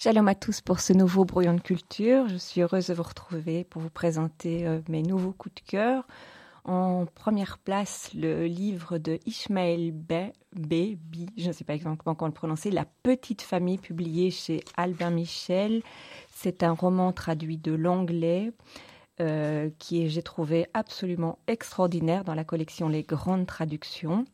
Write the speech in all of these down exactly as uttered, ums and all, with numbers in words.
Shalom à tous pour ce nouveau brouillon de culture. Je suis heureuse de vous retrouver pour vous présenter euh, mes nouveaux coups de cœur. En première place, le livre de Ishmael B, B, B je ne sais pas exactement comment le prononcer, La Petite Famille, publié chez Albin Michel. C'est un roman traduit de l'anglais euh, qui est, j'ai trouvé, absolument extraordinaire dans la collection Les Grandes Traductions.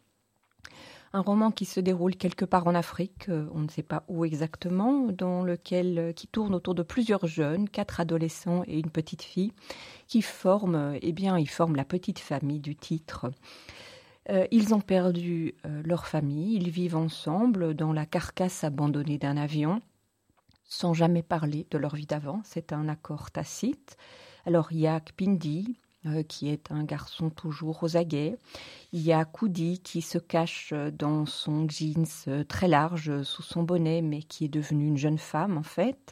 Un roman qui se déroule quelque part en Afrique, euh, on ne sait pas où exactement, dans lequel, euh, qui tourne autour de plusieurs jeunes, quatre adolescents et une petite fille, qui forment, euh, eh bien, ils forment la petite famille du titre. Euh, ils ont perdu euh, leur famille, ils vivent ensemble dans la carcasse abandonnée d'un avion, sans jamais parler de leur vie d'avant. C'est un accord tacite. Alors il y a Kpindi, Euh, qui est un garçon toujours aux aguets. Il y a Koudi qui se cache dans son jeans euh, très large sous son bonnet, mais qui est devenue une jeune femme en fait.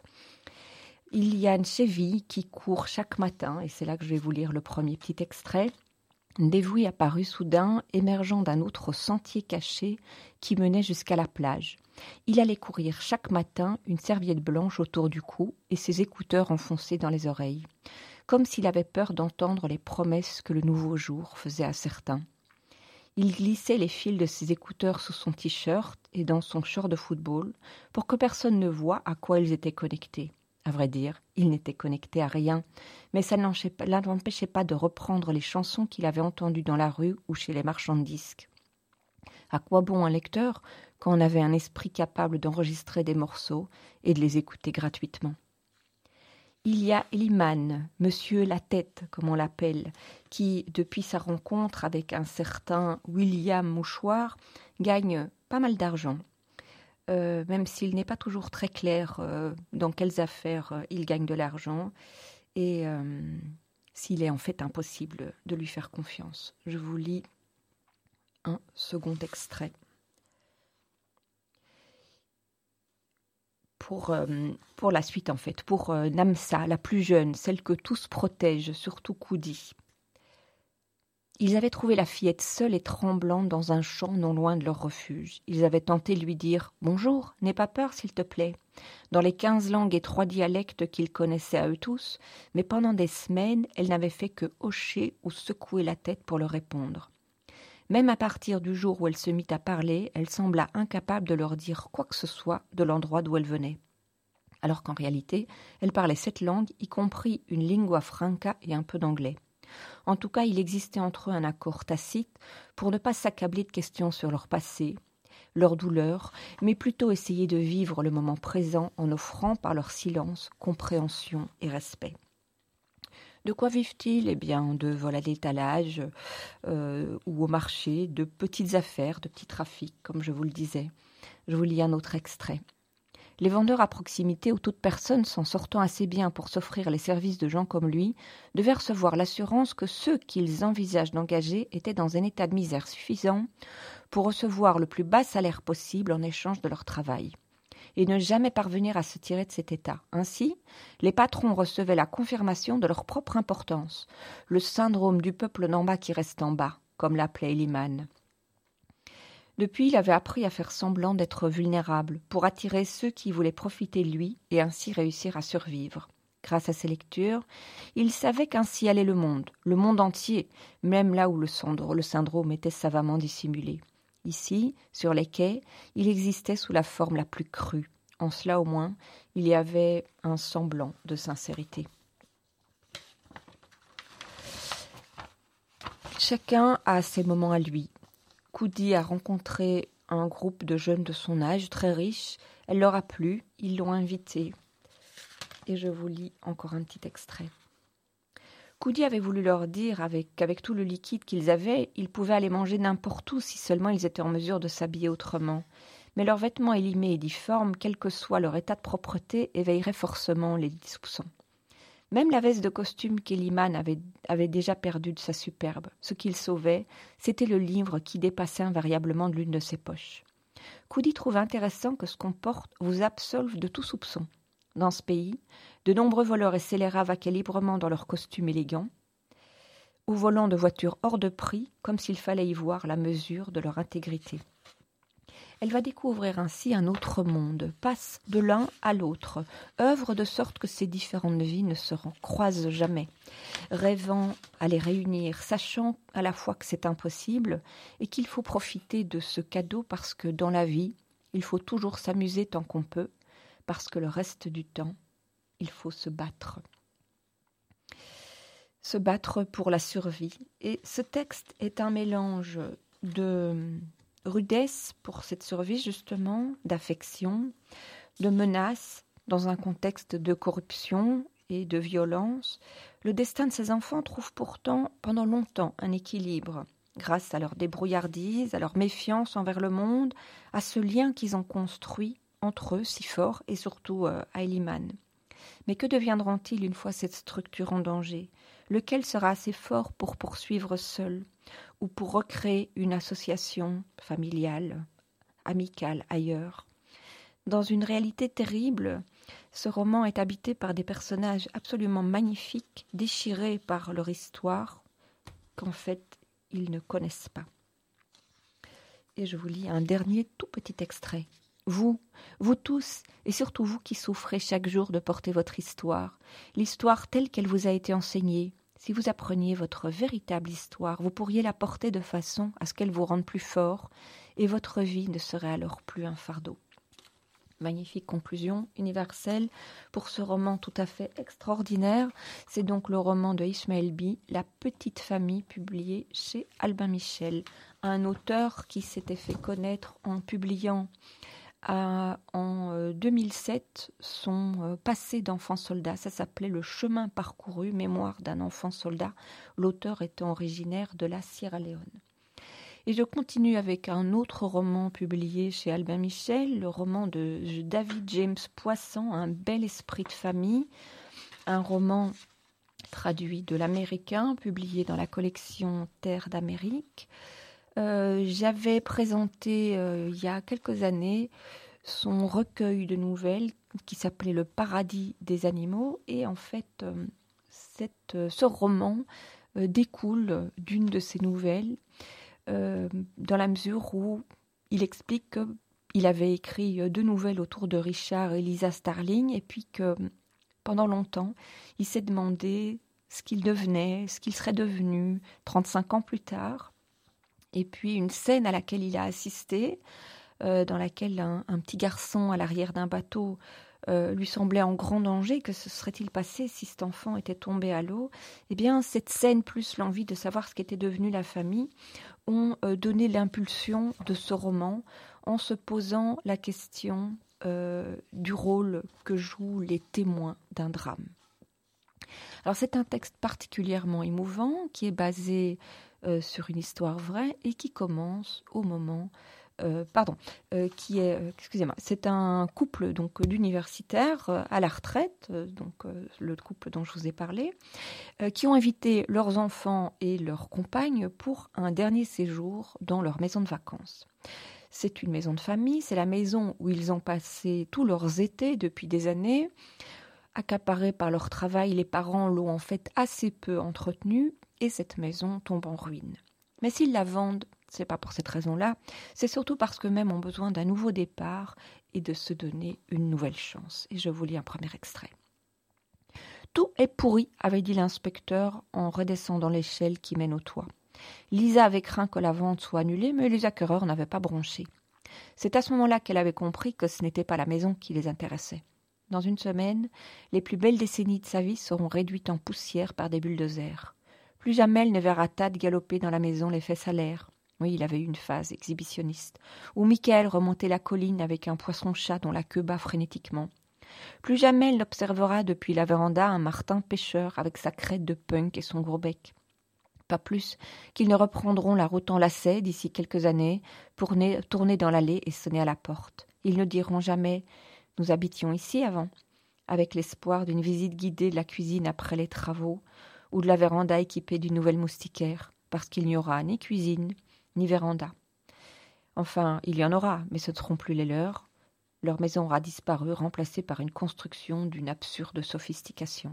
Il y a Nchevi qui court chaque matin, et c'est là que je vais vous lire le premier petit extrait. Dévoui apparut soudain, émergeant d'un autre sentier caché qui menait jusqu'à la plage. Il allait courir chaque matin, une serviette blanche autour du cou et ses écouteurs enfoncés dans les oreilles, comme s'il avait peur d'entendre les promesses que le nouveau jour faisait à certains. Il glissait les fils de ses écouteurs sous son t-shirt et dans son short de football pour que personne ne voie à quoi ils étaient connectés. À vrai dire, il n'était connecté à rien, mais ça ne l'empêchait pas de reprendre les chansons qu'il avait entendues dans la rue ou chez les marchands de disques. À quoi bon un lecteur quand on avait un esprit capable d'enregistrer des morceaux et de les écouter gratuitement ? Il y a Eliman, Monsieur la Tête, comme on l'appelle, qui, depuis sa rencontre avec un certain William Mouchoir, gagne pas mal d'argent. Euh, même s'il n'est pas toujours très clair euh, dans quelles affaires euh, il gagne de l'argent et euh, s'il est en fait impossible de lui faire confiance. Je vous lis un second extrait. Pour, euh, pour la suite, en fait, pour euh, Namsa, la plus jeune, celle que tous protègent, surtout Koudi. Ils avaient trouvé la fillette seule et tremblante dans un champ non loin de leur refuge. Ils avaient tenté de lui dire « Bonjour, n'aie pas peur, s'il te plaît », dans les quinze langues et trois dialectes qu'ils connaissaient à eux tous, mais pendant des semaines, elle n'avait fait que hocher ou secouer la tête pour leur répondre. Même à partir du jour où elle se mit à parler, elle sembla incapable de leur dire quoi que ce soit de l'endroit d'où elle venait. Alors qu'en réalité, elle parlait sept langues, y compris une lingua franca et un peu d'anglais. En tout cas, il existait entre eux un accord tacite pour ne pas s'accabler de questions sur leur passé, leur douleur, mais plutôt essayer de vivre le moment présent en offrant par leur silence compréhension et respect. De quoi vivent-ils ? Eh bien, de vol à l'étalage euh, ou au marché, de petites affaires, de petits trafics, comme je vous le disais. Je vous lis un autre extrait. Les vendeurs à proximité ou toute personne s'en sortant assez bien pour s'offrir les services de gens comme lui devaient recevoir l'assurance que ceux qu'ils envisagent d'engager étaient dans un état de misère suffisant pour recevoir le plus bas salaire possible en échange de leur travail et ne jamais parvenir à se tirer de cet état. Ainsi, les patrons recevaient la confirmation de leur propre importance, le syndrome du peuple d'en bas qui reste en bas, comme l'appelait Eliman. Depuis, il avait appris à faire semblant d'être vulnérable pour attirer ceux qui voulaient profiter de lui et ainsi réussir à survivre. Grâce à ses lectures, il savait qu'ainsi allait le monde, le monde entier, même là où le syndrome était savamment dissimulé. Ici, sur les quais, il existait sous la forme la plus crue. En cela, au moins, il y avait un semblant de sincérité. Chacun a ses moments à lui. Koudi a rencontré un groupe de jeunes de son âge, très riches. Elle leur a plu, ils l'ont invité. Et je vous lis encore un petit extrait. Koudi avait voulu leur dire avec, qu'avec tout le liquide qu'ils avaient, ils pouvaient aller manger n'importe où si seulement ils étaient en mesure de s'habiller autrement. Mais leurs vêtements élimés et difformes, quel que soit leur état de propreté, éveilleraient forcément les soupçons. Même la veste de costume qu'Eliman avait, avait déjà perdue de sa superbe. Ce qu'il sauvait, c'était le livre qui dépassait invariablement de l'une de ses poches. Koudi trouve intéressant que ce qu'on porte vous absolve de tout soupçon. Dans ce pays, de nombreux voleurs et scélérats vaquaient librement dans leurs costumes élégants, ou volant de voitures hors de prix, comme s'il fallait y voir la mesure de leur intégrité. Elle va découvrir ainsi un autre monde, passe de l'un à l'autre, œuvre de sorte que ces différentes vies ne se croisent jamais, rêvant à les réunir, sachant à la fois que c'est impossible et qu'il faut profiter de ce cadeau parce que dans la vie, il faut toujours s'amuser tant qu'on peut, parce que le reste du temps, il faut se battre. Se battre pour la survie. Et ce texte est un mélange de rudesse pour cette survie, justement, d'affection, de menaces, dans un contexte de corruption et de violence. Le destin de ces enfants trouve pourtant, pendant longtemps, un équilibre, grâce à leur débrouillardise, à leur méfiance envers le monde, à ce lien qu'ils ont construit entre eux si fort, et surtout euh, à Eliman. Mais que deviendront-ils une fois cette structure en danger ? Lequel sera assez fort pour poursuivre seul ou pour recréer une association familiale, amicale ailleurs ? Dans une réalité terrible, ce roman est habité par des personnages absolument magnifiques, déchirés par leur histoire, qu'en fait, ils ne connaissent pas. Et je vous lis un dernier tout petit extrait. Vous, vous tous, et surtout vous qui souffrez chaque jour de porter votre histoire, l'histoire telle qu'elle vous a été enseignée, si vous appreniez votre véritable histoire, vous pourriez la porter de façon à ce qu'elle vous rende plus fort, et votre vie ne serait alors plus un fardeau. Magnifique conclusion universelle pour ce roman tout à fait extraordinaire. C'est donc le roman de Ishmael Bey, La petite famille, publié chez Albin Michel, un auteur qui s'était fait connaître en publiant à, en deux mille sept son passé d'enfant soldat. Ça s'appelait Le chemin parcouru, mémoire d'un enfant soldat. L'auteur était originaire de la Sierra Leone. Et je continue avec un autre roman publié chez Albin Michel, le roman de David James Poisson, Un bel esprit de famille, un roman traduit de l'américain, publié dans la collection Terre d'Amérique. Euh, j'avais présenté euh, il y a quelques années son recueil de nouvelles qui s'appelait Le paradis des animaux. Et en fait, euh, cette, euh, ce roman euh, découle d'une de ces nouvelles, euh, dans la mesure où il explique qu'il avait écrit deux nouvelles autour de Richard et Lisa Starling, et puis que pendant longtemps, il s'est demandé ce qu'il devenait, ce qu'il serait devenu trente-cinq ans plus tard. Et puis une scène à laquelle il a assisté, euh, dans laquelle un, un petit garçon à l'arrière d'un bateau euh, lui semblait en grand danger. Que se serait-il passé si cet enfant était tombé à l'eau ? Eh bien, cette scène, plus l'envie de savoir ce qu'était devenue la famille, ont euh, donné l'impulsion de ce roman en se posant la question euh, du rôle que jouent les témoins d'un drame. Alors c'est un texte particulièrement émouvant qui est basé euh, sur une histoire vraie et qui commence au moment, euh, pardon, euh, qui est, euh, excusez-moi, c'est un couple donc d'universitaires euh, à la retraite, euh, donc euh, le couple dont je vous ai parlé, euh, qui ont invité leurs enfants et leurs compagnes pour un dernier séjour dans leur maison de vacances. C'est une maison de famille, c'est la maison où ils ont passé tous leurs étés depuis des années. Accaparés par leur travail, les parents l'ont en fait assez peu entretenue et cette maison tombe en ruine. Mais s'ils la vendent, c'est pas pour cette raison-là, c'est surtout parce qu'eux-mêmes ont besoin d'un nouveau départ et de se donner une nouvelle chance. Et je vous lis un premier extrait. Tout est pourri, avait dit l'inspecteur en redescendant l'échelle qui mène au toit. Lisa avait craint que la vente soit annulée, mais les acquéreurs n'avaient pas bronché. C'est à ce moment-là qu'elle avait compris que ce n'était pas la maison qui les intéressait. Dans une semaine, les plus belles décennies de sa vie seront réduites en poussière par des bulldozers. Plus jamais elle ne verra Tad galoper dans la maison les fesses à l'air. Oui, il avait eu une phase exhibitionniste, où Michael remontait la colline avec un poisson-chat dont la queue bat frénétiquement. Plus jamais elle n'observera depuis la véranda un Martin pêcheur avec sa crête de punk et son gros bec. Pas plus qu'ils ne reprendront la route en lacet d'ici quelques années pour tourner dans l'allée et sonner à la porte. Ils ne diront jamais « Nous habitions ici avant », avec l'espoir d'une visite guidée de la cuisine après les travaux ou de la véranda équipée d'une nouvelle moustiquaire, parce qu'il n'y aura ni cuisine, ni véranda. Enfin, il y en aura, mais ce ne seront plus les leurs. Leur maison aura disparu, remplacée par une construction d'une absurde sophistication.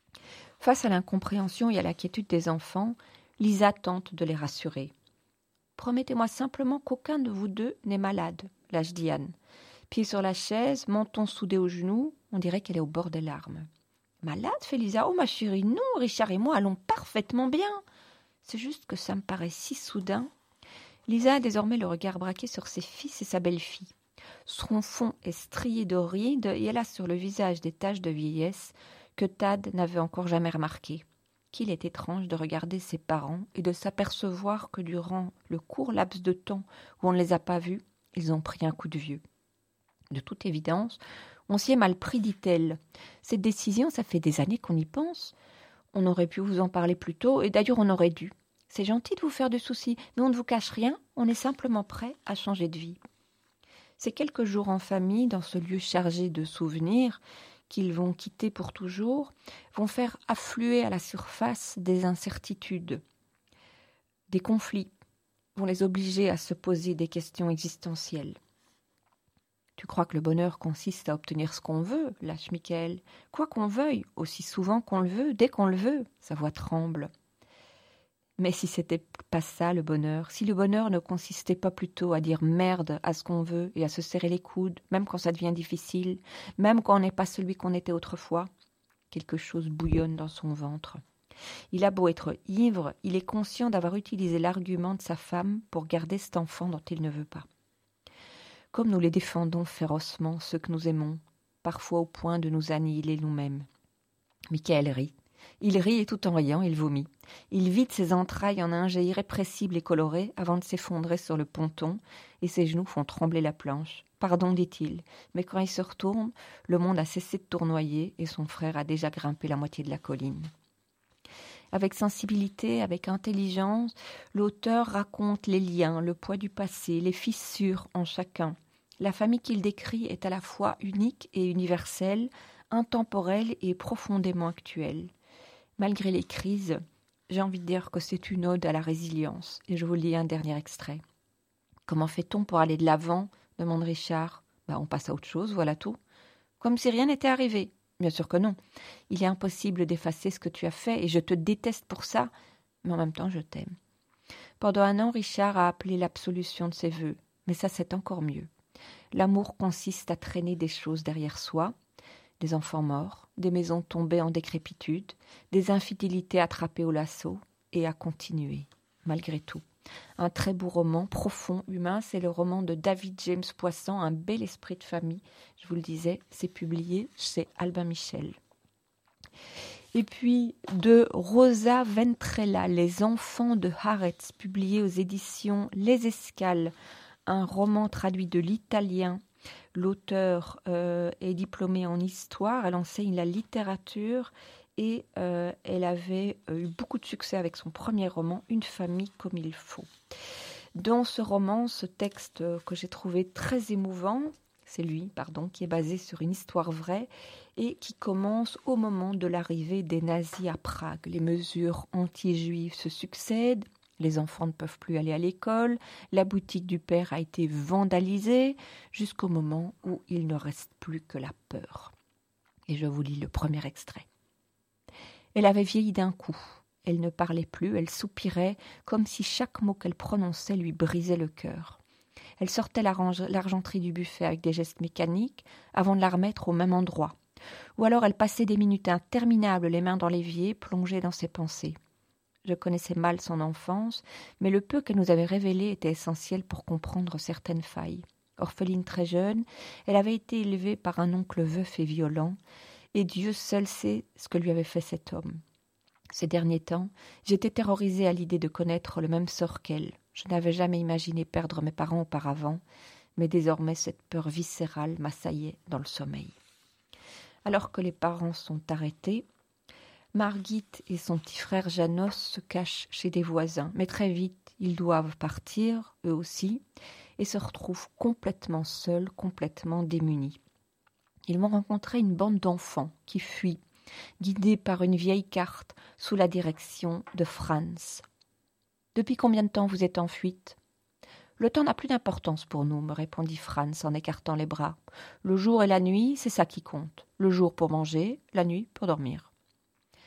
Face à l'incompréhension et à l'inquiétude des enfants, Lisa tente de les rassurer. Promettez-moi simplement qu'aucun de vous deux n'est malade, lâche Diane. Pieds sur la chaise, menton soudé aux genoux, on dirait qu'elle est au bord des larmes. Malade, fait Lisa. Oh ma chérie, non, Richard et moi allons parfaitement bien. C'est juste que ça me paraît si soudain. Lisa a désormais le regard braqué sur ses fils et sa belle-fille. Son front est strié de rides et elle a sur le visage des taches de vieillesse que Tad n'avait encore jamais remarquées. Qu'il est étrange de regarder ses parents et de s'apercevoir que durant le court laps de temps où on ne les a pas vus, ils ont pris un coup de vieux. De toute évidence, on s'y est mal pris, dit-elle. Cette décision, ça fait des années qu'on y pense. On aurait pu vous en parler plus tôt, et d'ailleurs on aurait dû. C'est gentil de vous faire de soucis, mais on ne vous cache rien, on est simplement prêt à changer de vie. Ces quelques jours en famille, dans ce lieu chargé de souvenirs, qu'ils vont quitter pour toujours, vont faire affluer à la surface des incertitudes, des conflits, vont les obliger à se poser des questions existentielles. Tu crois que le bonheur consiste à obtenir ce qu'on veut, lâche Michael. Quoi qu'on veuille, aussi souvent qu'on le veut, dès qu'on le veut, sa voix tremble. Mais si c'était pas ça le bonheur, si le bonheur ne consistait pas plutôt à dire merde à ce qu'on veut et à se serrer les coudes, même quand ça devient difficile, même quand on n'est pas celui qu'on était autrefois, quelque chose bouillonne dans son ventre. Il a beau être ivre, il est conscient d'avoir utilisé l'argument de sa femme pour garder cet enfant dont il ne veut pas. Comme nous les défendons férocement, ceux que nous aimons, parfois au point de nous annihiler nous-mêmes. Michael rit. Il rit et tout en riant, il vomit. Il vide ses entrailles en un jet irrépressible et coloré avant de s'effondrer sur le ponton, et ses genoux font trembler la planche. « Pardon, dit-il, mais quand il se retourne, le monde a cessé de tournoyer et son frère a déjà grimpé la moitié de la colline. » Avec sensibilité, avec intelligence, l'auteur raconte les liens, le poids du passé, les fissures en chacun. La famille qu'il décrit est à la fois unique et universelle, intemporelle et profondément actuelle. Malgré les crises, j'ai envie de dire que c'est une ode à la résilience. Et je vous lis un dernier extrait. « Comment fait-on pour aller de l'avant ?» demande Richard. Bah, « On passe à autre chose, voilà tout. » Comme si rien n'était arrivé. Bien sûr que non. Il est impossible d'effacer ce que tu as fait et je te déteste pour ça, mais en même temps je t'aime. Pendant un an, Richard a appelé l'absolution de ses vœux, mais ça c'est encore mieux. L'amour consiste à traîner des choses derrière soi, des enfants morts, des maisons tombées en décrépitude, des infidélités attrapées au lasso, et à continuer, malgré tout. Un très beau roman, profond, humain, c'est le roman de David James Poisson, Un bel esprit de famille. Je vous le disais, c'est publié chez Albin Michel. Et puis de Rosa Ventrella, Les enfants de Haaretz, publié aux éditions Les Escales, un roman traduit de l'italien. L'auteur euh, est diplômée en histoire, elle enseigne la littérature et euh, elle avait eu beaucoup de succès avec son premier roman, Une famille comme il faut. Dans ce roman, ce texte que j'ai trouvé très émouvant, c'est lui, pardon, qui est basé sur une histoire vraie et qui commence au moment de l'arrivée des nazis à Prague. Les mesures anti-juives se succèdent, les enfants ne peuvent plus aller à l'école, la boutique du père a été vandalisée, jusqu'au moment où il ne reste plus que la peur. Et je vous lis le premier extrait. Elle avait vieilli d'un coup. Elle ne parlait plus, elle soupirait, comme si chaque mot qu'elle prononçait lui brisait le cœur. Elle sortait l'argenterie du buffet avec des gestes mécaniques avant de la remettre au même endroit. Ou alors elle passait des minutes interminables les mains dans l'évier, plongée dans ses pensées. Je connaissais mal son enfance, mais le peu qu'elle nous avait révélé était essentiel pour comprendre certaines failles. Orpheline très jeune, elle avait été élevée par un oncle veuf et violent, et Dieu seul sait ce que lui avait fait cet homme. Ces derniers temps, j'étais terrorisée à l'idée de connaître le même sort qu'elle. Je n'avais jamais imaginé perdre mes parents auparavant, mais désormais cette peur viscérale m'assaillait dans le sommeil. Alors que les parents sont arrêtés, Margit et son petit frère Janos se cachent chez des voisins, mais très vite, ils doivent partir, eux aussi, et se retrouvent complètement seuls, complètement démunis. Ils vont rencontrer une bande d'enfants qui fuient, guidés par une vieille carte sous la direction de Franz. « Depuis combien de temps vous êtes en fuite ?»« Le temps n'a plus d'importance pour nous, me répondit Franz en écartant les bras. Le jour et la nuit, c'est ça qui compte. Le jour pour manger, la nuit pour dormir. »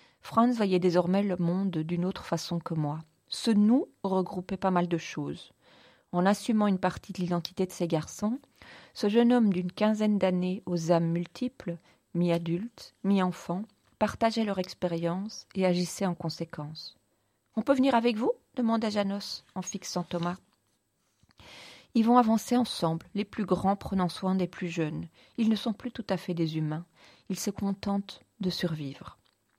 Franz voyait désormais le monde d'une autre façon que moi. Ce « nous » regroupait pas mal de choses. En assumant une partie de l'identité de ces garçons, ce jeune homme d'une quinzaine d'années aux âmes multiples, mi-adulte, mi-enfant, partageait leur expérience et agissait en conséquence. « On peut venir avec vous ?» demanda Janos en fixant Thomas. Ils vont avancer ensemble, les plus grands prenant soin des plus jeunes. Ils ne sont plus tout à fait des humains. Ils se contentent de survivre.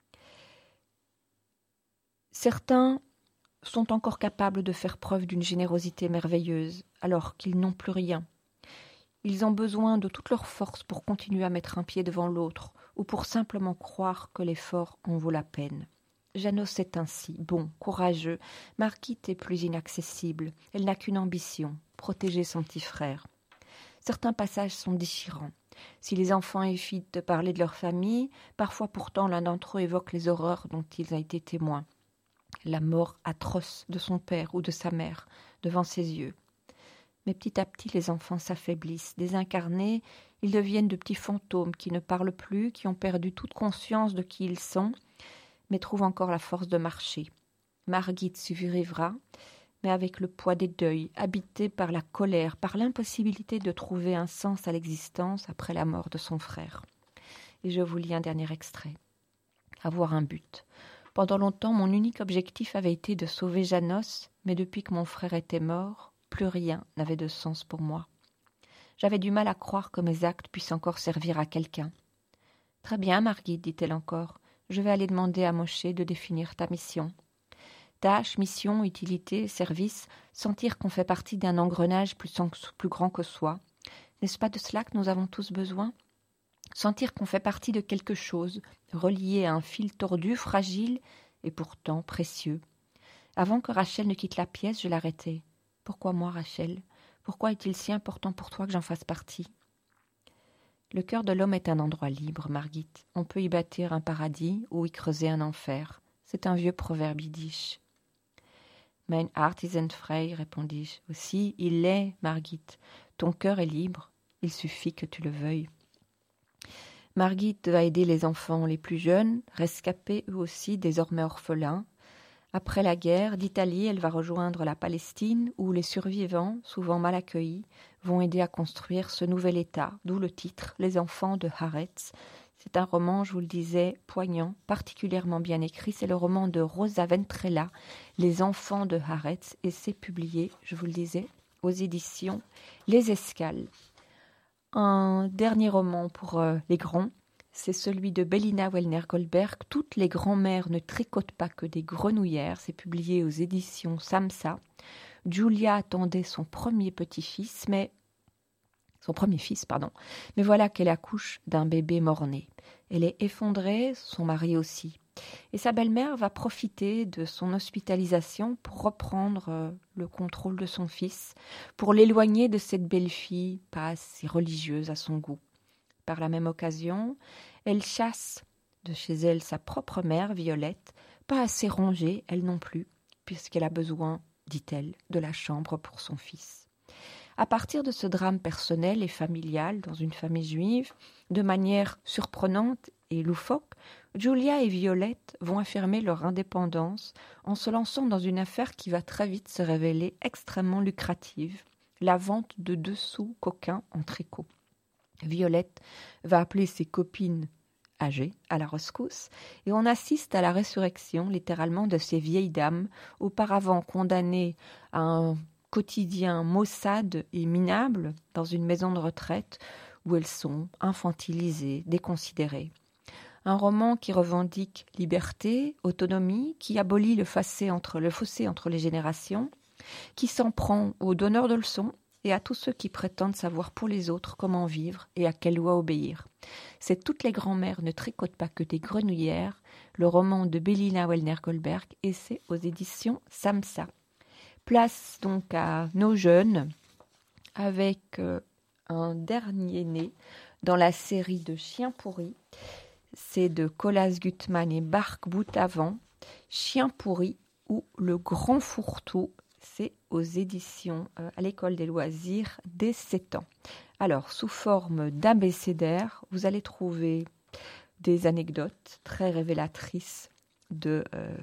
Certains sont encore capables de faire preuve d'une générosité merveilleuse, alors qu'ils n'ont plus rien. Ils ont besoin de toute leur force pour continuer à mettre un pied devant l'autre, ou pour simplement croire que l'effort en vaut la peine. Janos est ainsi, bon, courageux. Margit est plus inaccessible. Elle n'a qu'une ambition, protéger son petit frère. Certains passages sont déchirants. Si les enfants évitent de parler de leur famille, parfois pourtant l'un d'entre eux évoque les horreurs dont ils ont été témoins. La mort atroce de son père ou de sa mère devant ses yeux. Mais petit à petit, les enfants s'affaiblissent. Désincarnés, ils deviennent de petits fantômes qui ne parlent plus, qui ont perdu toute conscience de qui ils sont, mais trouvent encore la force de marcher. Margit survivra, mais avec le poids des deuils, habitée par la colère, par l'impossibilité de trouver un sens à l'existence après la mort de son frère. Et je vous lis un dernier extrait. Avoir un but. Pendant longtemps, mon unique objectif avait été de sauver Janos, mais depuis que mon frère était mort, plus rien n'avait de sens pour moi. J'avais du mal à croire que mes actes puissent encore servir à quelqu'un. « Très bien, Margit, dit-elle encore. Je vais aller demander à Moshe de définir ta mission. Tâche, mission, utilité, service, sentir qu'on fait partie d'un engrenage plus, plus grand que soi. N'est-ce pas de cela que nous avons tous besoin ? Sentir qu'on fait partie de quelque chose, relié à un fil tordu, fragile et pourtant précieux. Avant que Rachel ne quitte la pièce, je l'arrêtai. « Pourquoi moi, Rachel ? Pourquoi est-il si important pour toi que j'en fasse partie ?» Le cœur de l'homme est un endroit libre, Margit. On peut y bâtir un paradis ou y creuser un enfer. C'est un vieux proverbe yiddish. « Mein Hart ist frei » répondis-je. « Aussi, il l'est, Margit. Ton cœur est libre. Il suffit que tu le veuilles. » Margit va aider les enfants les plus jeunes, rescapés eux aussi, désormais orphelins. Après la guerre d'Italie, elle va rejoindre la Palestine où les survivants, souvent mal accueillis, vont aider à construire ce nouvel État, d'où le titre « Les enfants de Haaretz ». C'est un roman, je vous le disais, poignant, particulièrement bien écrit. C'est le roman de Rosa Ventrella, « Les enfants de Haaretz » et c'est publié, je vous le disais, aux éditions Les Escales. Un dernier roman pour euh, les grands. C'est celui de Bélina Wellner-Goldberg. Toutes les grand-mères ne tricotent pas que des grenouillères. C'est publié aux éditions Samsa. Julia attendait son premier petit-fils, mais son premier fils, pardon. Mais voilà qu'elle accouche d'un bébé mort-né. Elle est effondrée, son mari aussi. Et sa belle-mère va profiter de son hospitalisation pour reprendre le contrôle de son fils, pour l'éloigner de cette belle-fille pas assez religieuse à son goût. Par la même occasion, elle chasse de chez elle sa propre mère, Violette, pas assez rangée, elle non plus, puisqu'elle a besoin, dit-elle, de la chambre pour son fils. À partir de ce drame personnel et familial dans une famille juive, de manière surprenante et loufoque, Julia et Violette vont affirmer leur indépendance en se lançant dans une affaire qui va très vite se révéler extrêmement lucrative, la vente de dessous coquins en tricot. Violette va appeler ses copines âgées à la rescousse et on assiste à la résurrection littéralement de ces vieilles dames auparavant condamnées à un quotidien maussade et minable dans une maison de retraite où elles sont infantilisées, déconsidérées. Un roman qui revendique liberté, autonomie, qui abolit le fossé entre, le fossé entre les générations, qui s'en prend aux donneurs de leçons et à tous ceux qui prétendent savoir pour les autres comment vivre et à quelle loi obéir. C'est « Toutes les grand-mères ne tricotent pas que des grenouillères », le roman de Bélina Wellner-Goldberg, et c'est aux éditions Samsa. Place donc à nos jeunes avec euh, un dernier né dans la série de Chiens pourris. C'est de Colas Gutmann et Bark Boutavant, Chiens pourris ou Le Grand Fourre-tout. C'est aux éditions euh, à l'école des loisirs dès sept ans. Alors, sous forme d'abécédaire, vous allez trouver des anecdotes très révélatrices de euh,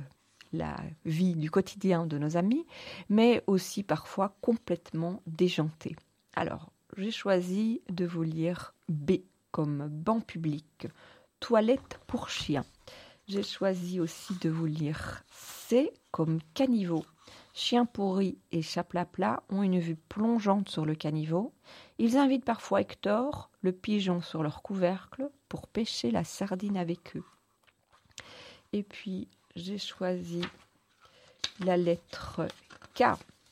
la vie du quotidien de nos amis, mais aussi parfois complètement déjantée. Alors, j'ai choisi de vous lire B comme banc public, toilette pour chien. J'ai choisi aussi de vous lire C comme caniveau. Chien pourri et Chaplapla ont une vue plongeante sur le caniveau. Ils invitent parfois Hector, le pigeon, sur leur couvercle pour pêcher la sardine avec eux. Et puis, j'ai choisi la lettre K.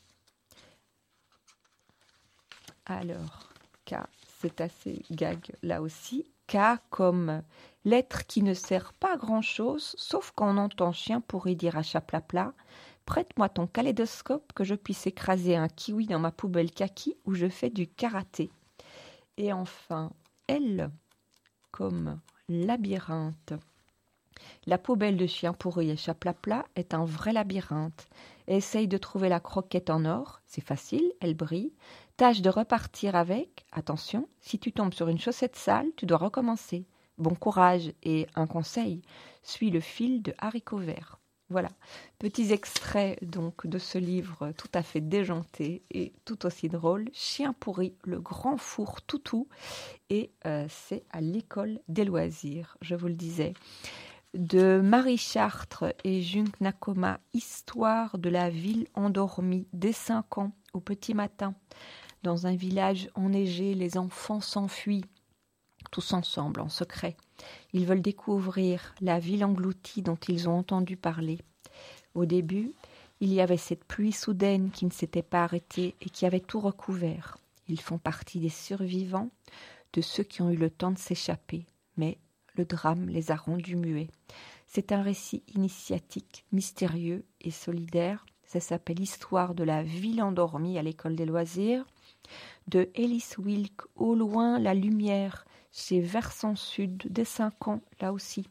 Alors, K, c'est assez gag là aussi. K comme lettre qui ne sert pas à grand-chose, sauf quand on entend chien pourri dire à Chaplapla « Prête-moi ton kaléidoscope que je puisse écraser un kiwi dans ma poubelle kaki où je fais du karaté. » Et enfin, L comme labyrinthe. La poubelle de chien pourri et Chaplapla est un vrai labyrinthe. Essaye de trouver la croquette en or, c'est facile, elle brille. Tâche de repartir avec, attention, si tu tombes sur une chaussette sale, tu dois recommencer. Bon courage et un conseil, suis le fil de haricots verts. Voilà, petits extraits donc de ce livre tout à fait déjanté et tout aussi drôle, Chien pourri, le grand four toutou, et euh, c'est à l'école des loisirs, je vous le disais. De Marie Chartres et Jung Nakoma, Histoire de la ville endormie dès cinq ans au petit matin. Dans un village enneigé, les enfants s'enfuient, tous ensemble, en secret. Ils veulent découvrir la ville engloutie dont ils ont entendu parler. Au début, il y avait cette pluie soudaine qui ne s'était pas arrêtée et qui avait tout recouvert. Ils font partie des survivants, de ceux qui ont eu le temps de s'échapper. Mais le drame les a rendus muets. C'est un récit initiatique, mystérieux et solidaire. Ça s'appelle Histoire de la ville endormie à l'école des loisirs. De Ellis Wilk, Au loin la lumière, chez Versant Sud, dès cinq ans, là aussi.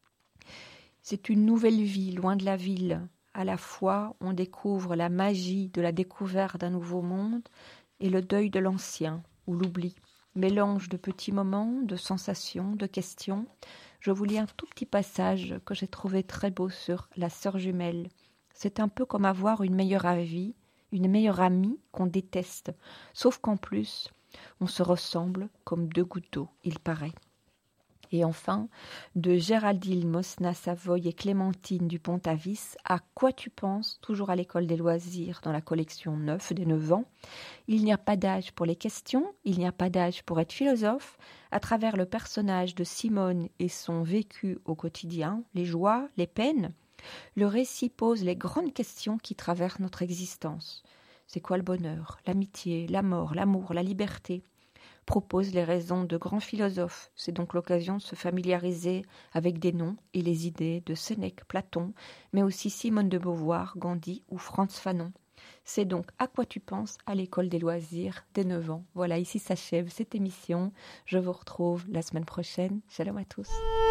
C'est une nouvelle vie, loin de la ville. À la fois, on découvre la magie de la découverte d'un nouveau monde et le deuil de l'ancien, ou l'oubli. Mélange de petits moments, de sensations, de questions. Je vous lis un tout petit passage que j'ai trouvé très beau sur la sœur jumelle. C'est un peu comme avoir une meilleure amie, une meilleure amie qu'on déteste, sauf qu'en plus, on se ressemble comme deux gouttes d'eau, il paraît. Et enfin, de Géraldine Mosna-Savoy et Clémentine Dupont-Avis, À quoi tu penses, toujours à l'école des loisirs, dans la collection neuf des neuf ans. Il n'y a pas d'âge pour les questions, il n'y a pas d'âge pour être philosophe. À travers le personnage de Simone et son vécu au quotidien, les joies, les peines, le récit pose les grandes questions qui traversent notre existence. C'est quoi le bonheur, l'amitié, la mort, l'amour, la liberté ? Propose les raisons de grands philosophes. C'est donc l'occasion de se familiariser avec des noms et les idées de Sénèque, Platon, mais aussi Simone de Beauvoir, Gandhi ou Frantz Fanon. C'est donc À quoi tu penses à l'école des loisirs dès neuf ans. Voilà, ici s'achève cette émission. Je vous retrouve la semaine prochaine. Shalom à tous.